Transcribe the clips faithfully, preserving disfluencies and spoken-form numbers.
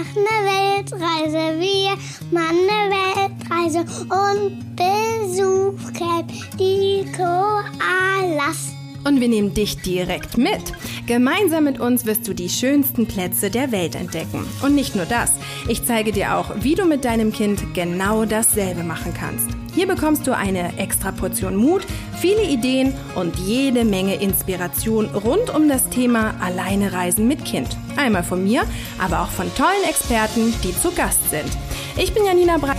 machen eine Weltreise. Wir machen eine Weltreise und besuchen die Koalas. Und wir nehmen dich direkt mit. Gemeinsam mit uns wirst du die schönsten Plätze der Welt entdecken. Und nicht nur das, ich zeige dir auch, wie du mit deinem Kind genau dasselbe machen kannst. Hier bekommst du eine extra Portion Mut, viele Ideen und jede Menge Inspiration rund um das Thema Alleine reisen mit Kind. Einmal von mir, aber auch von tollen Experten, die zu Gast sind. Ich bin Janina Breit.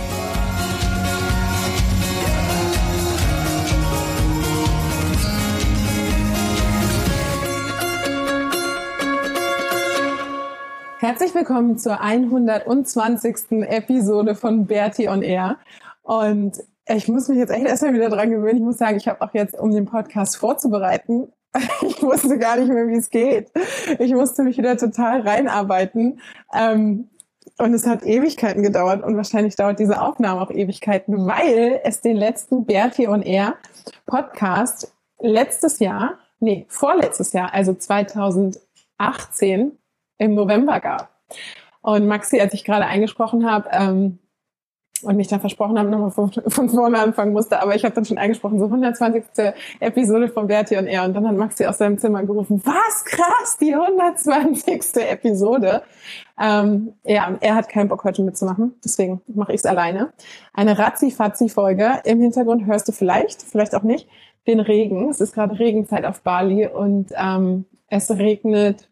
Herzlich willkommen zur hundertzwanzigsten Episode von Berti on Air. Und ich muss mich jetzt echt erstmal wieder dran gewöhnen. Ich muss sagen, ich habe auch jetzt, um den Podcast vorzubereiten, ich wusste gar nicht mehr, wie es geht. Ich musste mich wieder total reinarbeiten. Und es hat Ewigkeiten gedauert und wahrscheinlich dauert diese Aufnahme auch Ewigkeiten, weil es den letzten Berti on Air Podcast letztes Jahr, nee, vorletztes Jahr, also zweitausendachtzehn, im November gab. Und Maxi, als ich gerade eingesprochen habe ähm, und mich dann versprochen habe, nochmal von, von vorne anfangen musste, aber ich habe dann schon eingesprochen, so hundertzwanzigste Episode von Berti on Air. Und dann hat Maxi aus seinem Zimmer gerufen, was krass, die hundertzwanzigste Episode. Ähm, ja, er hat keinen Bock heute mitzumachen, deswegen mache ich es alleine. Eine Ratzi-Fatzi-Folge. Im Hintergrund hörst du vielleicht, vielleicht auch nicht, den Regen. Es ist gerade Regenzeit auf Bali und ähm, es regnet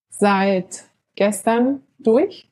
seit gestern durch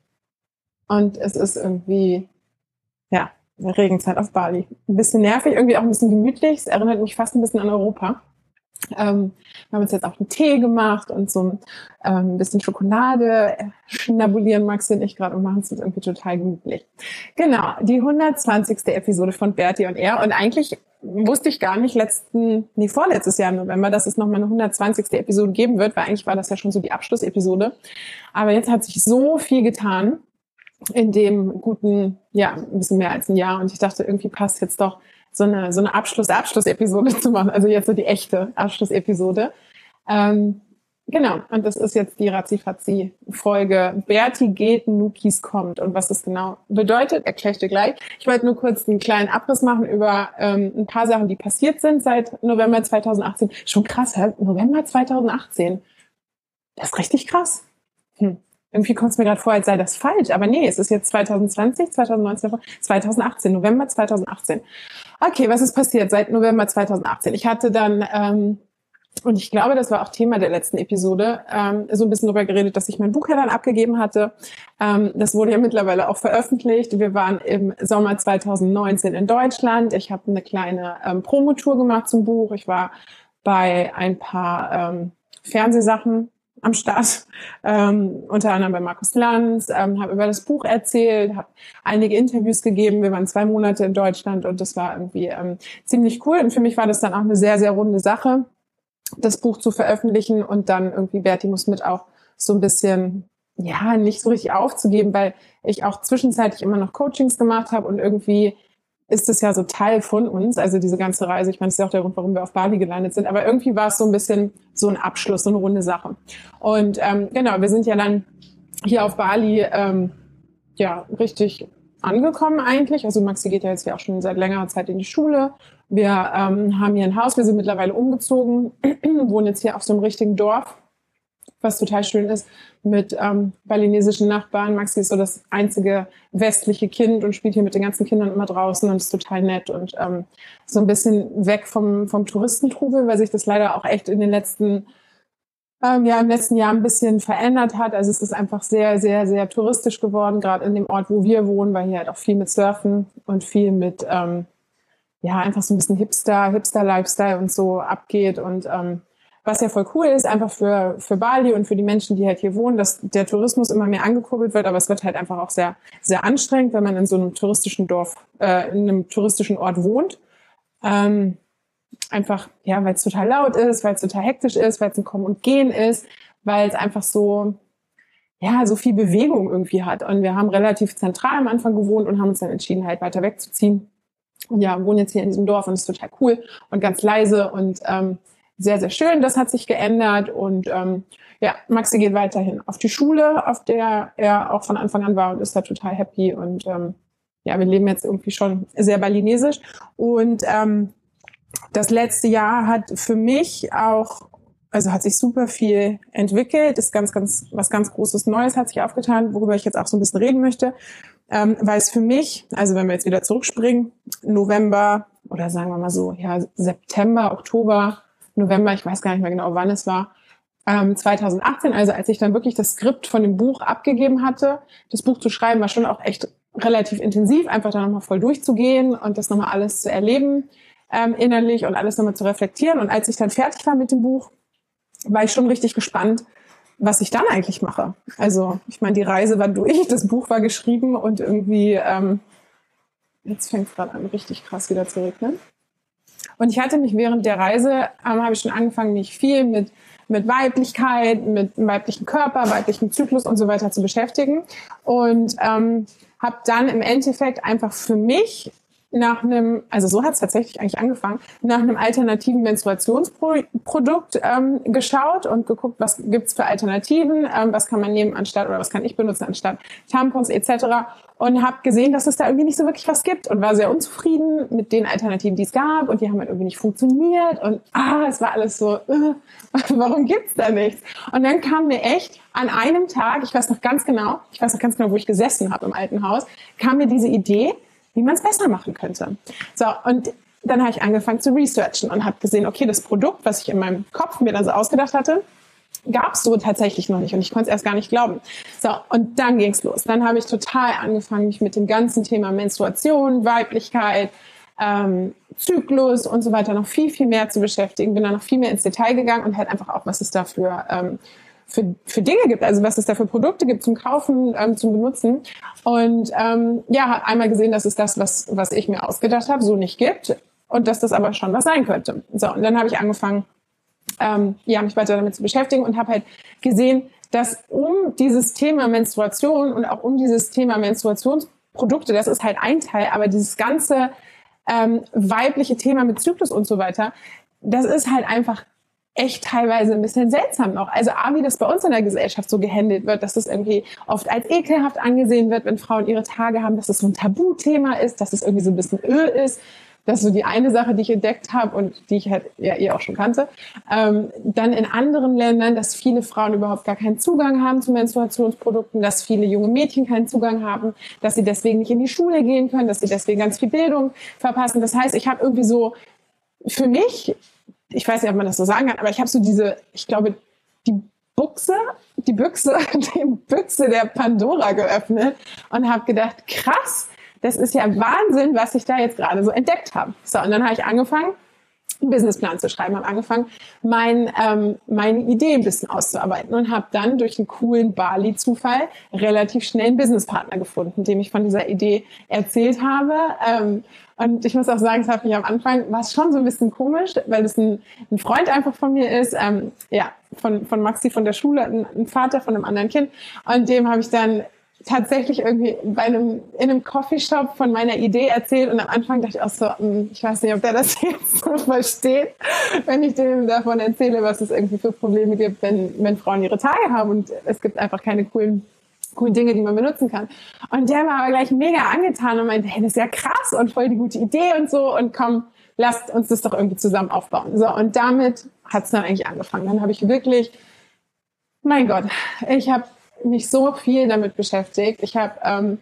und es ist irgendwie, ja, Regenzeit auf Bali. Ein bisschen nervig, irgendwie auch ein bisschen gemütlich. Es erinnert mich fast ein bisschen an Europa. Ähm, wir haben uns jetzt auch einen Tee gemacht und so ähm, ein bisschen Schokolade schnabulieren Maxi und ich gerade und machen es uns irgendwie total gemütlich. Genau, die hundertzwanzigste Episode von Berti on Air und eigentlich wusste ich gar nicht letzten, nee, vorletztes Jahr im November, dass es nochmal eine hundertzwanzigste Episode geben wird, weil eigentlich war das ja schon so die Abschlussepisode. Aber jetzt hat sich so viel getan in dem guten, ja, ein bisschen mehr als ein Jahr und ich dachte, irgendwie passt jetzt doch so eine, so eine Abschluss-Abschluss-Episode zu machen. Also jetzt so die echte Abschlussepisode. Ähm, genau. Und das ist jetzt die Razzi-Fatzi-Folge. Berti geht, Nukis kommt. Und was das genau bedeutet, erkläre ich dir gleich. Ich wollte nur kurz einen kleinen Abriss machen über ähm, ein paar Sachen, die passiert sind seit November zweitausendachtzehn. Schon krass, hä? November zweitausendachtzehn. Das ist richtig krass. Hm. Irgendwie kommt es mir gerade vor, als sei das falsch. Aber nee, es ist jetzt zweitausendzwanzig, zweitausendneunzehn, zweitausendachtzehn, November zweitausendachtzehn. Okay, was ist passiert seit November zweitausendachtzehn? Ich hatte dann, ähm, und ich glaube, das war auch Thema der letzten Episode, ähm, so ein bisschen darüber geredet, dass ich mein Buch ja dann abgegeben hatte. Ähm, das wurde ja mittlerweile auch veröffentlicht. Wir waren im Sommer zweitausendneunzehn in Deutschland. Ich habe eine kleine ähm, Promotour gemacht zum Buch. Ich war bei ein paar ähm, Fernsehsachen am Start, ähm, unter anderem bei Markus Lanz, ähm, habe über das Buch erzählt, habe einige Interviews gegeben. Wir waren zwei Monate in Deutschland und das war irgendwie ähm, ziemlich cool. Und für mich war das dann auch eine sehr, sehr runde Sache, das Buch zu veröffentlichen und dann irgendwie Berti muss mit auch so ein bisschen, ja, nicht so richtig aufzugeben, weil ich auch zwischenzeitlich immer noch Coachings gemacht habe und irgendwie ist es ja so Teil von uns, also diese ganze Reise. Ich meine, das ist ja auch der Grund, warum wir auf Bali gelandet sind. Aber irgendwie war es so ein bisschen so ein Abschluss, so eine runde Sache. Und ähm, genau, wir sind ja dann hier auf Bali ähm, ja richtig angekommen eigentlich. Also Maxi geht ja jetzt ja auch schon seit längerer Zeit in die Schule. Wir ähm, haben hier ein Haus, wir sind mittlerweile umgezogen, wohnen jetzt hier auf so einem richtigen Dorf, was total schön ist, mit ähm, balinesischen Nachbarn. Maxi ist so das einzige westliche Kind und spielt hier mit den ganzen Kindern immer draußen und ist total nett und ähm, so ein bisschen weg vom, vom Touristentrubel, weil sich das leider auch echt in den letzten, ähm, ja, im letzten Jahr ein bisschen verändert hat. Also es ist einfach sehr, sehr, sehr touristisch geworden, gerade in dem Ort, wo wir wohnen, weil hier halt auch viel mit Surfen und viel mit, ähm, ja, einfach so ein bisschen Hipster, Hipster-Lifestyle und so abgeht und ähm, was ja voll cool ist, einfach für für Bali und für die Menschen, die halt hier wohnen, dass der Tourismus immer mehr angekurbelt wird, aber es wird halt einfach auch sehr sehr anstrengend, wenn man in so einem touristischen Dorf, äh, in einem touristischen Ort wohnt. Ähm, einfach, ja, weil es total laut ist, weil es total hektisch ist, weil es ein Kommen und Gehen ist, weil es einfach so, ja, so viel Bewegung irgendwie hat. Und wir haben relativ zentral am Anfang gewohnt und haben uns dann entschieden, halt weiter wegzuziehen. Und ja, wohnen jetzt hier in diesem Dorf und es ist total cool und ganz leise und ähm, sehr, sehr schön. Das hat sich geändert und ähm, ja, Maxi geht weiterhin auf die Schule, auf der er auch von Anfang an war und ist da total happy. Und ähm, ja, wir leben jetzt irgendwie schon sehr balinesisch. Und ähm, das letzte Jahr hat für mich auch, also hat sich super viel entwickelt, ist ganz, ganz, was ganz Großes Neues hat sich aufgetan, worüber ich jetzt auch so ein bisschen reden möchte. Ähm, weil es für mich, also wenn wir jetzt wieder zurückspringen, November oder sagen wir mal so, ja, September, Oktober, November, ich weiß gar nicht mehr genau, wann es war, ähm, zwanzig achtzehn, also als ich dann wirklich das Skript von dem Buch abgegeben hatte, das Buch zu schreiben, war schon auch echt relativ intensiv, einfach da nochmal voll durchzugehen und das nochmal alles zu erleben, ähm, innerlich und alles nochmal zu reflektieren. Und als ich dann fertig war mit dem Buch, war ich schon richtig gespannt, was ich dann eigentlich mache. Also ich meine, die Reise war durch, das Buch war geschrieben und irgendwie, ähm, jetzt fängt es gerade an, richtig krass wieder zu regnen. Und ich hatte mich während der Reise, ähm, habe ich schon angefangen, mich viel mit mit Weiblichkeit, mit dem weiblichen Körper, weiblichen Zyklus und so weiter zu beschäftigen. Und ähm, habe dann im Endeffekt einfach für mich nach einem, also so hat es tatsächlich eigentlich angefangen, nach einem alternativen Menstruationsprodukt ähm, geschaut und geguckt, was gibt's für Alternativen, ähm, was kann man nehmen anstatt oder was kann ich benutzen anstatt Tampons et cetera. Und habe gesehen, dass es da irgendwie nicht so wirklich was gibt und war sehr unzufrieden mit den Alternativen, die es gab und die haben halt irgendwie nicht funktioniert und ah, es war alles so, äh, warum gibt's da nichts? Und dann kam mir echt an einem Tag, ich weiß noch ganz genau, ich weiß noch ganz genau, wo ich gesessen habe im alten Haus, kam mir diese Idee, wie man es besser machen könnte. So, und dann habe ich angefangen zu researchen und habe gesehen, okay, das Produkt, was ich in meinem Kopf mir dann so ausgedacht hatte, gab es so tatsächlich noch nicht und ich konnte es erst gar nicht glauben. So, und dann ging's los. Dann habe ich total angefangen, mich mit dem ganzen Thema Menstruation, Weiblichkeit, ähm, Zyklus und so weiter noch viel, viel mehr zu beschäftigen. Bin dann noch viel mehr ins Detail gegangen und halt einfach auch, was es da für ähm, Für, für Dinge gibt, also was es da für Produkte gibt zum Kaufen, ähm, zum Benutzen. Und ähm, ja, habe einmal gesehen, dass es das, was was ich mir ausgedacht habe, so nicht gibt und dass das aber schon was sein könnte. So, und dann habe ich angefangen, ähm, ja, mich weiter damit zu beschäftigen und habe halt gesehen, dass um dieses Thema Menstruation und auch um dieses Thema Menstruationsprodukte, das ist halt ein Teil, aber dieses ganze ähm, weibliche Thema mit Zyklus und so weiter, das ist halt einfach echt teilweise ein bisschen seltsam noch. Also A, wie das bei uns in der Gesellschaft so gehandelt wird, dass das irgendwie oft als ekelhaft angesehen wird, wenn Frauen ihre Tage haben, dass das so ein Tabuthema ist, dass das irgendwie so ein bisschen öh ist. Das ist so die eine Sache, die ich entdeckt habe und die ich halt ja ihr auch schon kannte. Ähm, dann in anderen Ländern, dass viele Frauen überhaupt gar keinen Zugang haben zu Menstruationsprodukten, dass viele junge Mädchen keinen Zugang haben, dass sie deswegen nicht in die Schule gehen können, dass sie deswegen ganz viel Bildung verpassen. Das heißt, ich habe irgendwie so für mich, ich weiß nicht, ob man das so sagen kann, aber ich habe so diese, ich glaube, die Buchse, die Büchse, die Büchse der Pandora geöffnet und habe gedacht, krass, das ist ja Wahnsinn, was ich da jetzt gerade so entdeckt habe. So, und dann habe ich angefangen, einen Businessplan zu schreiben, habe angefangen, mein, ähm, meine Idee ein bisschen auszuarbeiten und habe dann durch einen coolen Bali-Zufall relativ schnell einen Businesspartner gefunden, dem ich von dieser Idee erzählt habe. Ähm, und ich muss auch sagen, es hat mich am Anfang, war es schon so ein bisschen komisch, weil es ein, ein Freund einfach von mir ist, ähm, ja, von, von Maxi von der Schule, ein, ein Vater von einem anderen Kind. Und dem habe ich dann tatsächlich irgendwie bei einem, in einem Coffeeshop von meiner Idee erzählt und am Anfang dachte ich auch so, ich weiß nicht, ob der das jetzt so versteht, wenn ich dem davon erzähle, was es irgendwie für Probleme gibt, wenn, wenn Frauen ihre Tage haben und es gibt einfach keine coolen, coolen Dinge, die man benutzen kann. Und der war aber gleich mega angetan und meinte, hey, das ist ja krass und voll die gute Idee und so und komm, lasst uns das doch irgendwie zusammen aufbauen. So, und damit hat es dann eigentlich angefangen. Dann habe ich wirklich, mein Gott, ich habe mich so viel damit beschäftigt. Ich habe ähm,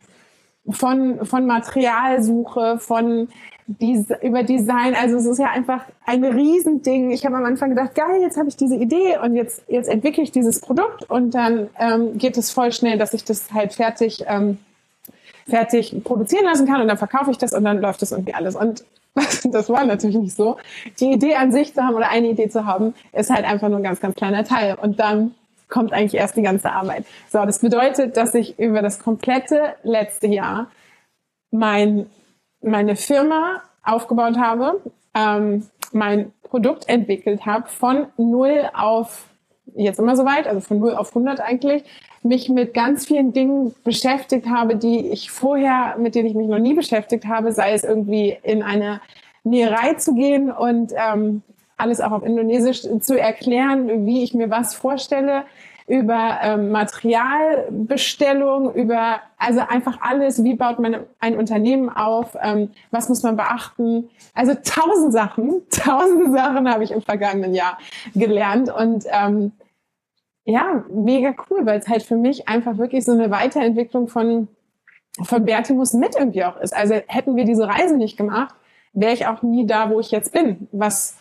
von von Materialsuche, von Des- über Design, also es ist ja einfach ein Riesending. Ich habe am Anfang gedacht, geil, jetzt habe ich diese Idee und jetzt jetzt entwickle ich dieses Produkt und dann ähm, geht es voll schnell, dass ich das halt fertig ähm, fertig produzieren lassen kann und dann verkaufe ich das und dann läuft das irgendwie alles. Und das war natürlich nicht so. Die Idee an sich zu haben oder eine Idee zu haben, ist halt einfach nur ein ganz, ganz kleiner Teil. Und dann kommt eigentlich erst die ganze Arbeit. So, das bedeutet, dass ich über das komplette letzte Jahr mein, meine Firma aufgebaut habe, ähm, mein Produkt entwickelt habe, von null auf, jetzt immer so weit, also von null auf hundert eigentlich, mich mit ganz vielen Dingen beschäftigt habe, die ich vorher, mit denen ich mich noch nie beschäftigt habe, sei es irgendwie in eine Näherei zu gehen und ähm, alles auch auf Indonesisch zu erklären, wie ich mir was vorstelle, über ähm, Materialbestellung, über also einfach alles, wie baut man ein Unternehmen auf, ähm, was muss man beachten. Also tausend Sachen, tausend Sachen habe ich im vergangenen Jahr gelernt und ähm, ja, mega cool, weil es halt für mich einfach wirklich so eine Weiterentwicklung von, von Berti muss mit irgendwie auch ist. Also hätten wir diese Reise nicht gemacht, wäre ich auch nie da, wo ich jetzt bin, was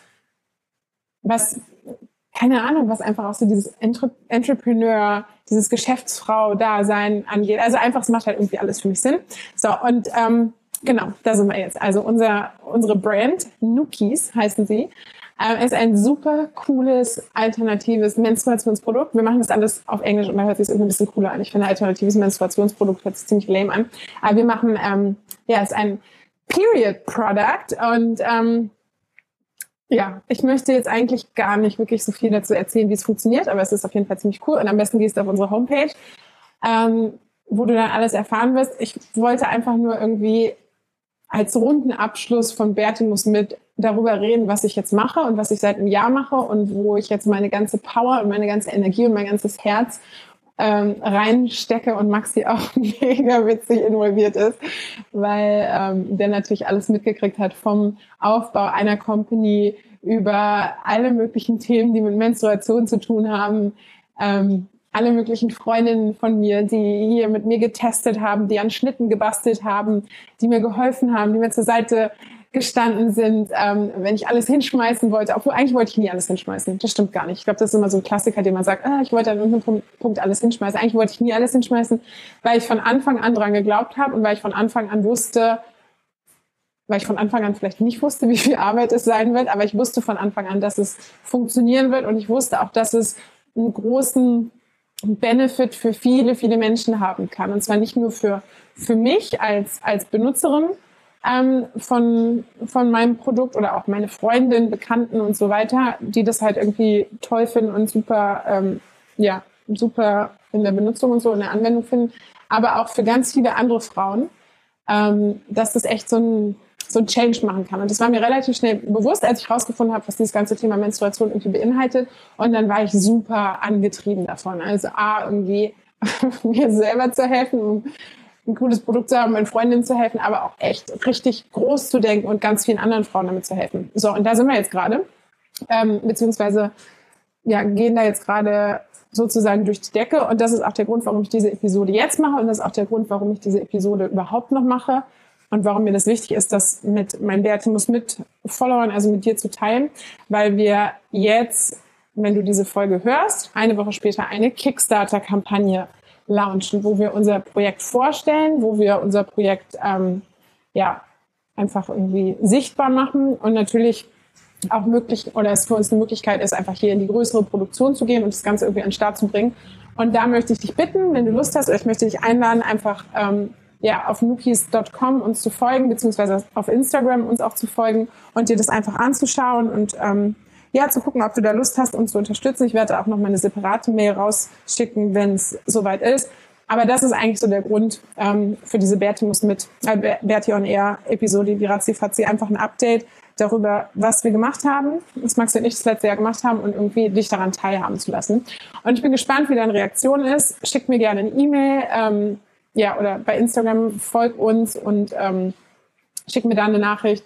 was keine Ahnung, was einfach auch so dieses Entre- Entrepreneur, dieses Geschäftsfrau-Dasein angeht. Also einfach, es macht halt irgendwie alles für mich Sinn. So, und ähm, genau, da sind wir jetzt. Also unser unsere Brand, Nookies heißen sie, äh, ist ein super cooles, alternatives Menstruationsprodukt. Wir machen das alles auf Englisch und da hört sich irgendwie ein bisschen cooler an. Ich finde, alternatives Menstruationsprodukt hört sich ziemlich lame an. Aber wir machen, ähm, ja, es ist ein Period-Product und ähm, ja, ich möchte jetzt eigentlich gar nicht wirklich so viel dazu erzählen, wie es funktioniert, aber es ist auf jeden Fall ziemlich cool. Und am besten gehst du auf unsere Homepage, ähm, wo du dann alles erfahren wirst. Ich wollte einfach nur irgendwie als runden Abschluss von Berti muss mit darüber reden, was ich jetzt mache und was ich seit einem Jahr mache und wo ich jetzt meine ganze Power und meine ganze Energie und mein ganzes Herz ähm, reinstecke und Maxi auch mega witzig involviert ist, weil ähm, der natürlich alles mitgekriegt hat vom Aufbau einer Company über alle möglichen Themen, die mit Menstruation zu tun haben, ähm, alle möglichen Freundinnen von mir, die hier mit mir getestet haben, die an Schnitten gebastelt haben, die mir geholfen haben, die mir zur Seite gestanden sind, ähm, wenn ich alles hinschmeißen wollte. Obwohl, eigentlich wollte ich nie alles hinschmeißen. Das stimmt gar nicht. Ich glaube, das ist immer so ein Klassiker, den man sagt, ah, ich wollte an irgendeinem Punkt alles hinschmeißen. Eigentlich wollte ich nie alles hinschmeißen, weil ich von Anfang an dran geglaubt habe und weil ich von Anfang an wusste, weil ich von Anfang an vielleicht nicht wusste, wie viel Arbeit es sein wird, aber ich wusste von Anfang an, dass es funktionieren wird und ich wusste auch, dass es einen großen Benefit für viele, viele Menschen haben kann. Und zwar nicht nur für, für mich als, als Benutzerin, Ähm, von, von meinem Produkt oder auch meine Freundinnen, Bekannten und so weiter, die das halt irgendwie toll finden und super, ähm, ja, super in der Benutzung und so in der Anwendung finden, aber auch für ganz viele andere Frauen, ähm, dass das echt so ein, so ein Change machen kann. Und das war mir relativ schnell bewusst, als ich rausgefunden habe, was dieses ganze Thema Menstruation irgendwie beinhaltet. Und dann war ich super angetrieben davon. Also A, irgendwie mir selber zu helfen, um ein cooles Produkt zu haben, meinen Freundinnen zu helfen, aber auch echt richtig groß zu denken und ganz vielen anderen Frauen damit zu helfen. So, und da sind wir jetzt gerade, ähm, beziehungsweise ja, gehen da jetzt gerade sozusagen durch die Decke. Und das ist auch der Grund, warum ich diese Episode jetzt mache. Und das ist auch der Grund, warum ich diese Episode überhaupt noch mache und warum mir das wichtig ist, das mit meinem Berti muss mit Followern, also mit dir zu teilen, weil wir jetzt, wenn du diese Folge hörst, eine Woche später eine Kickstarter-Kampagne launchen, wo wir unser Projekt vorstellen, wo wir unser Projekt ähm, ja einfach irgendwie sichtbar machen und natürlich auch möglich, oder es für uns eine Möglichkeit ist, einfach hier in die größere Produktion zu gehen und das Ganze irgendwie an den Start zu bringen. Und da möchte ich dich bitten, wenn du Lust hast, oder ich möchte dich einladen, einfach ähm, ja auf nookies Punkt com uns zu folgen, beziehungsweise auf Instagram uns auch zu folgen und dir das einfach anzuschauen und ähm, ja, zu gucken, ob du da Lust hast, uns zu unterstützen. Ich werde auch noch mal eine separate Mail rausschicken, wenn es soweit ist. Aber das ist eigentlich so der Grund ähm, für diese Berti muss mit, äh, Berti on Air Episode, die Razzi-Fazzi, einfach ein Update darüber, was wir gemacht haben, was Maxi und ich das letzte Jahr gemacht haben und irgendwie dich daran teilhaben zu lassen. Und ich bin gespannt, wie deine Reaktion ist. Schick mir gerne eine E-Mail, ähm, ja, oder bei Instagram folg uns und ähm, schick mir da eine Nachricht.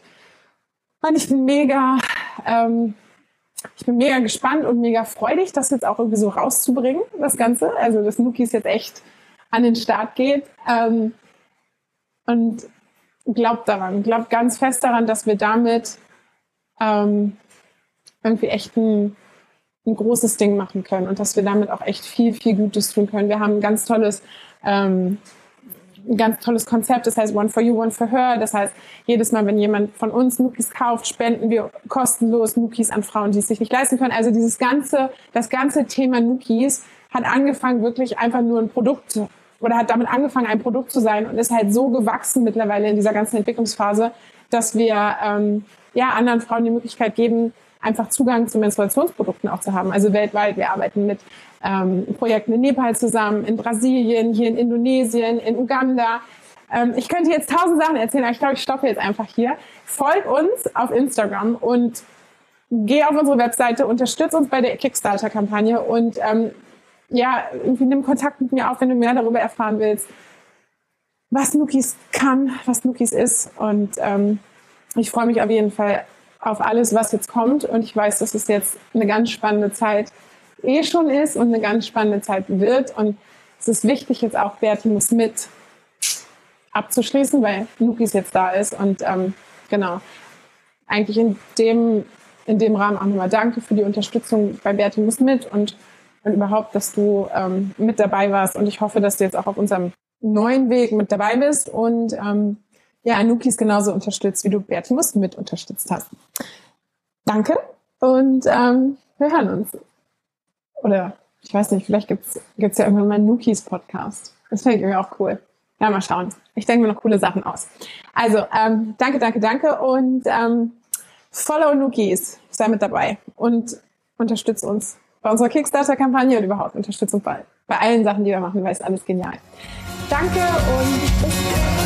Und ich bin mega... Ähm, Ich bin mega gespannt und mega freudig, das jetzt auch irgendwie so rauszubringen, das Ganze. Also, dass Nookies jetzt echt an den Start geht. Ähm, und glaubt daran, glaubt ganz fest daran, dass wir damit ähm, irgendwie echt ein, ein großes Ding machen können und dass wir damit auch echt viel, viel Gutes tun können. Wir haben ein ganz tolles ähm, ein ganz tolles Konzept, das heißt One for You, One for Her. Das heißt, jedes Mal, wenn jemand von uns Nookies kauft, spenden wir kostenlos Nookies an Frauen, die es sich nicht leisten können. Also dieses ganze, das ganze Thema Nookies hat angefangen, wirklich einfach nur ein Produkt oder hat damit angefangen, ein Produkt zu sein und ist halt so gewachsen mittlerweile in dieser ganzen Entwicklungsphase, dass wir ähm, ja anderen Frauen die Möglichkeit geben, einfach Zugang zu Menstruationsprodukten auch zu haben. Also weltweit. Wir arbeiten mit ähm, Projekten in Nepal zusammen, in Brasilien, hier in Indonesien, in Uganda. Ähm, ich könnte jetzt tausend Sachen erzählen, aber ich glaube, ich stoppe jetzt einfach hier. Folg uns auf Instagram und geh auf unsere Webseite, unterstütz uns bei der Kickstarter-Kampagne und ähm, ja, irgendwie nimm Kontakt mit mir auf, wenn du mehr darüber erfahren willst, was Nookies kann, was Nookies ist. Und ähm, ich freue mich auf jeden Fall auf alles, was jetzt kommt. Und ich weiß, dass es jetzt eine ganz spannende Zeit eh schon ist und eine ganz spannende Zeit wird. Und es ist wichtig, jetzt auch Berti muss mit abzuschließen, weil Nookies jetzt da ist. Und ähm, genau, eigentlich in dem, in dem Rahmen auch nochmal danke für die Unterstützung bei Berti muss mit und, und überhaupt, dass du ähm, mit dabei warst. Und ich hoffe, dass du jetzt auch auf unserem neuen Weg mit dabei bist und ähm, ja, Nookies genauso unterstützt, wie du Berti muss mit unterstützt hast. Danke und ähm, wir hören uns. Oder ich weiß nicht, vielleicht gibt's gibt's ja irgendwann mal einen Nookies-Podcast. Das finde ich irgendwie auch cool. Ja, mal schauen. Ich denke mir noch coole Sachen aus. Also, ähm, danke, danke, danke und ähm, follow Nookies, sei mit dabei und unterstützt uns bei unserer Kickstarter-Kampagne und überhaupt unterstützt uns bei, bei allen Sachen, die wir machen, weil es alles genial. Danke und bis bald.